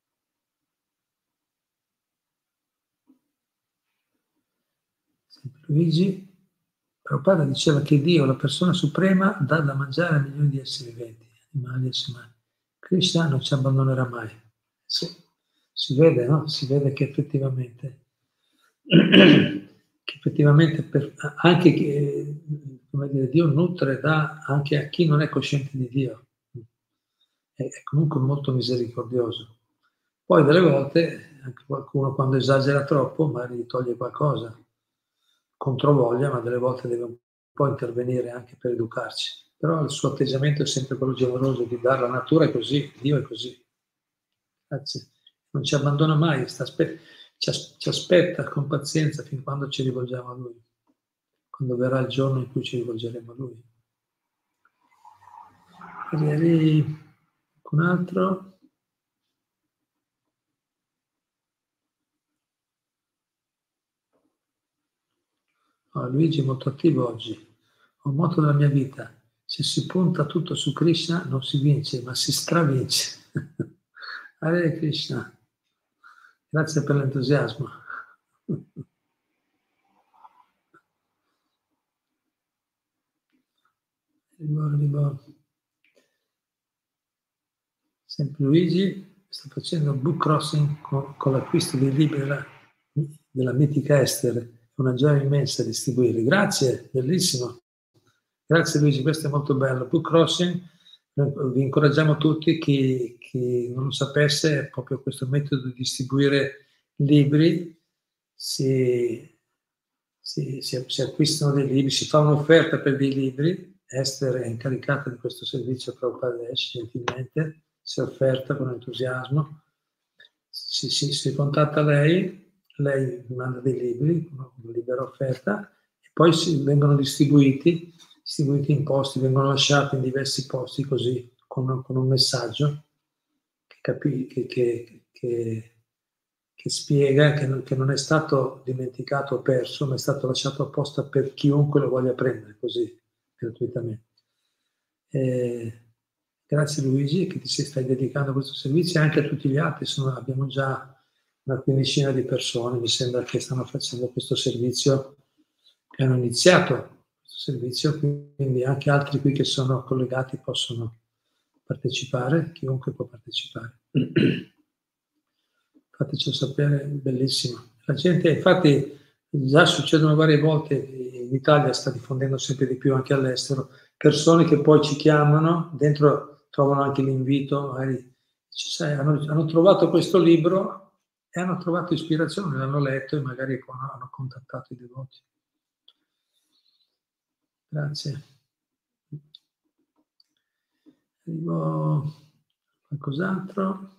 Speaker 1: Sempre Luigi. Prabhupada diceva che Dio, la persona suprema, dà da mangiare a milioni di esseri viventi, animali e esseri umani. Krishna non ci abbandonerà mai. Sì, si vede, no? Si vede che effettivamente anche che, come dire, Dio nutre, dà anche a chi non è cosciente di Dio. È comunque molto misericordioso. Poi delle volte anche qualcuno quando esagera troppo magari gli toglie qualcosa, controvoglia, ma delle volte deve un po' intervenire anche per educarci. Però il suo atteggiamento è sempre quello generoso di dare la natura è così, Dio è così. Grazie. Non ci abbandona mai, ci aspetta con pazienza fin quando ci rivolgiamo a Lui, quando verrà il giorno in cui ci rivolgeremo a Lui. Ieri un altro. Luigi è molto attivo oggi. Ho un motto della mia vita. Se si punta tutto su Krishna non si vince, ma si stravince. Hare Krishna. Grazie per l'entusiasmo. Sempre Luigi sta facendo book crossing con l'acquisto dei libri della mitica Esther. È una gioia immensa distribuirli. Grazie, bellissimo. Grazie Luigi, questo è molto bello. Book crossing, vi incoraggiamo tutti, chi non lo sapesse, è proprio questo metodo di distribuire libri, si acquistano dei libri, si fa un'offerta per dei libri, Esther è incaricata di questo servizio Prabhupada gentilmente, si è offerta con entusiasmo, si contatta lei manda dei libri, una libera offerta, e poi vengono distribuiti in posti, vengono lasciati in diversi posti così, con un messaggio che spiega che non è stato dimenticato o perso, ma è stato lasciato apposta per chiunque lo voglia prendere, così, gratuitamente. Grazie Luigi che ti stai dedicando a questo servizio e anche a tutti gli altri, abbiamo già una quindicina di persone, mi sembra, che stanno facendo questo servizio, che hanno iniziato questo servizio, quindi anche altri qui che sono collegati possono partecipare, chiunque può partecipare. Fatecelo sapere, bellissimo. La gente, infatti, già succedono varie volte, in Italia sta diffondendo sempre di più anche all'estero, persone che poi ci chiamano, dentro trovano anche l'invito, magari hanno trovato questo libro e hanno trovato ispirazione, l'hanno letto e magari hanno contattato i devoti. Grazie. Arrivo qualcos'altro.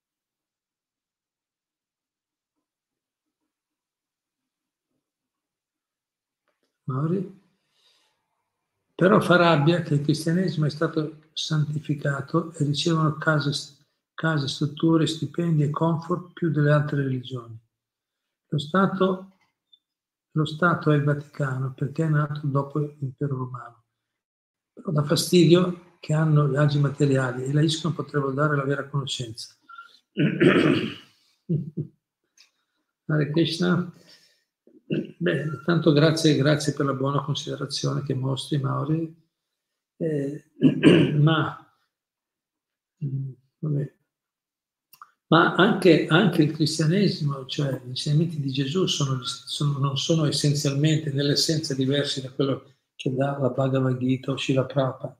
Speaker 1: Mauri. Però fa rabbia che il cristianesimo è stato santificato e ricevono case, strutture, stipendi e comfort più delle altre religioni. Lo Stato è il Vaticano perché è nato dopo l'impero romano. Però dà fastidio che hanno gli agi materiali e la ISKCON potrebbero dare la vera conoscenza. Hare Krishna. Beh, tanto grazie per la buona considerazione che mostri, Mauri. Ma anche il cristianesimo, cioè gli insegnamenti di Gesù non sono essenzialmente, nell'essenza, diversi da quello che dà la Bhagavad Gita o Srila Prabhupada.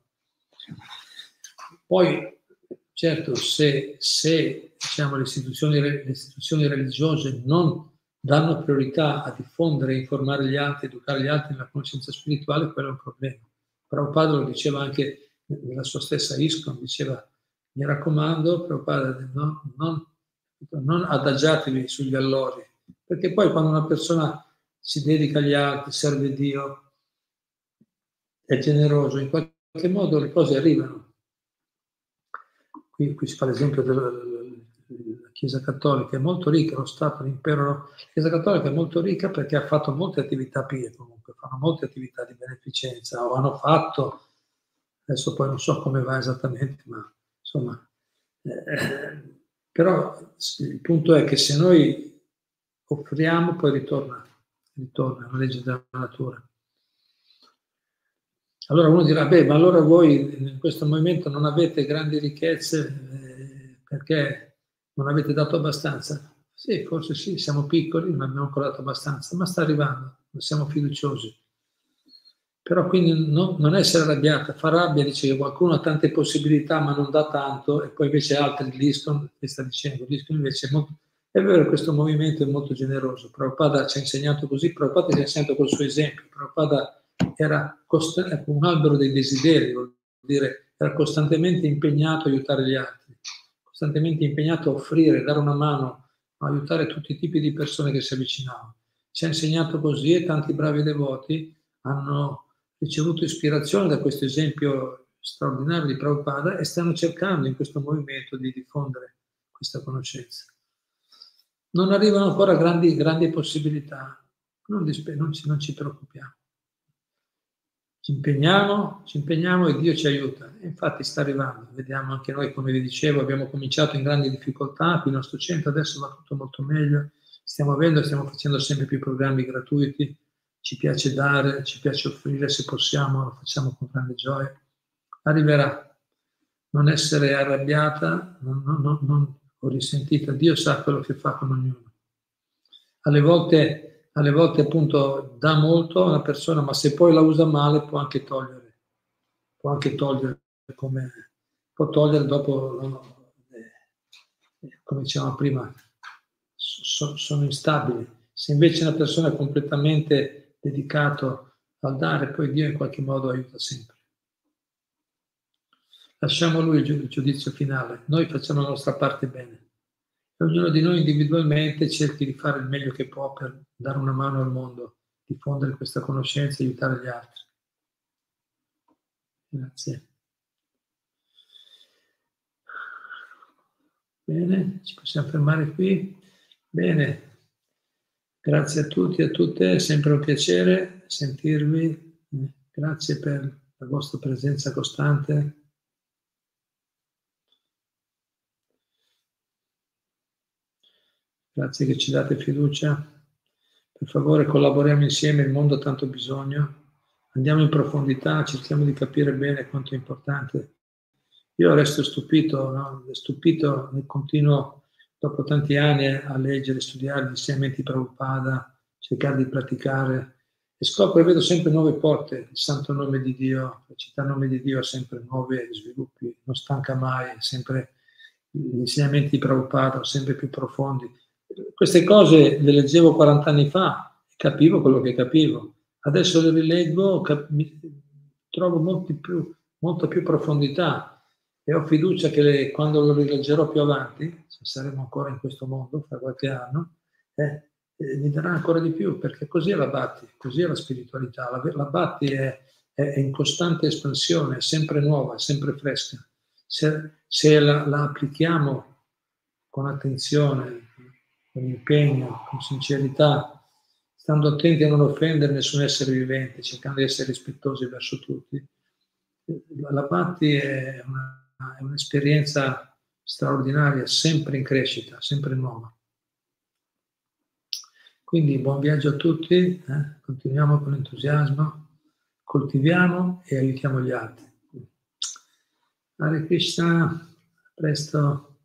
Speaker 1: Poi, certo, se diciamo, le istituzioni religiose non danno priorità a diffondere, informare gli altri, educare gli altri nella conoscenza spirituale, quello è un problema. Prabhupada lo diceva anche nella sua stessa ISKCON, diceva: mi raccomando, Prabhupada, non adagiatevi sugli allori, perché poi quando una persona si dedica agli altri, serve Dio, è generoso, in qualche modo le cose arrivano. Qui si fa l'esempio della Chiesa Cattolica, è molto ricca, lo Stato, l'impero. La Chiesa Cattolica è molto ricca perché ha fatto molte attività pie, comunque, fanno molte attività di beneficenza, o hanno fatto, adesso poi non so come va esattamente, ma insomma, però il punto è che se noi offriamo, poi ritorna la legge della natura. Allora uno dirà: beh, ma allora voi in questo movimento non avete grandi ricchezze perché non avete dato abbastanza? Sì, forse sì, siamo piccoli, non abbiamo ancora dato abbastanza, ma sta arrivando, siamo fiduciosi. Però quindi non essere arrabbiata, fa rabbia, dice che qualcuno ha tante possibilità ma non dà tanto, e poi invece altri l'ISKCON, che sta dicendo, l'ISKCON invece è vero, questo movimento è molto generoso. Prabhupada ci ha insegnato così, Prabhupada ci ha insegnato col suo esempio. Prabhupada era un albero dei desideri, vuol dire, era costantemente impegnato a aiutare gli altri, costantemente impegnato a offrire, dare una mano, a aiutare tutti i tipi di persone che si avvicinavano. Ci ha insegnato così e tanti bravi devoti hanno ricevuto ispirazione da questo esempio straordinario di Prabhupada e stanno cercando in questo movimento di diffondere questa conoscenza. Non arrivano ancora grandi possibilità, non ci preoccupiamo. Ci impegniamo e Dio ci aiuta. E infatti sta arrivando, vediamo anche noi, come vi dicevo, abbiamo cominciato in grandi difficoltà, qui il nostro centro adesso va tutto molto meglio, stiamo facendo sempre più programmi gratuiti, ci piace dare, ci piace offrire, se possiamo lo facciamo con grande gioia. Arriverà. Non essere arrabbiata, o risentita, Dio sa quello che fa con ognuno. Alle volte appunto dà molto a una persona, ma se poi la usa male può anche togliere può togliere dopo, come dicevamo prima, sono instabili. Se invece una persona è completamente dedicato al dare, poi Dio in qualche modo aiuta sempre. Lasciamo Lui il giudizio finale, noi facciamo la nostra parte bene. E ognuno di noi individualmente cerchi di fare il meglio che può per dare una mano al mondo, diffondere questa conoscenza e aiutare gli altri. Grazie. Bene, ci possiamo fermare qui. Bene, grazie a tutti e a tutte, è sempre un piacere sentirvi. Grazie per la vostra presenza costante. Grazie che ci date fiducia. Per favore collaboriamo insieme, il mondo ha tanto bisogno. Andiamo in profondità, cerchiamo di capire bene quanto è importante. Io resto stupito, no? Stupito nel continuo, dopo tanti anni, a leggere, studiare gli insegnamenti Prabhupada, cercare di praticare, e scopro e vedo sempre nuove porte. Il santo nome di Dio, la città nome di Dio ha sempre nuovi sviluppi, non stanca mai, sempre gli insegnamenti di Prabhupada sempre più profondi. Queste cose le leggevo 40 anni fa e capivo quello che capivo. Adesso le rileggo, trovo molta più profondità e ho fiducia che quando lo rileggerò più avanti, se saremo ancora in questo mondo fra qualche anno, mi darà ancora di più, perché così è la Bhakti, così è la spiritualità. La Bhakti è in costante espansione, è sempre nuova, è sempre fresca. Se la applichiamo con attenzione, con impegno, con sincerità, stando attenti a non offendere nessun essere vivente, cercando di essere rispettosi verso tutti, la Bhakti è un'esperienza straordinaria, sempre in crescita, sempre nuova. Quindi buon viaggio a tutti, continuiamo con entusiasmo, coltiviamo e aiutiamo gli altri. Hare Krishna, a presto.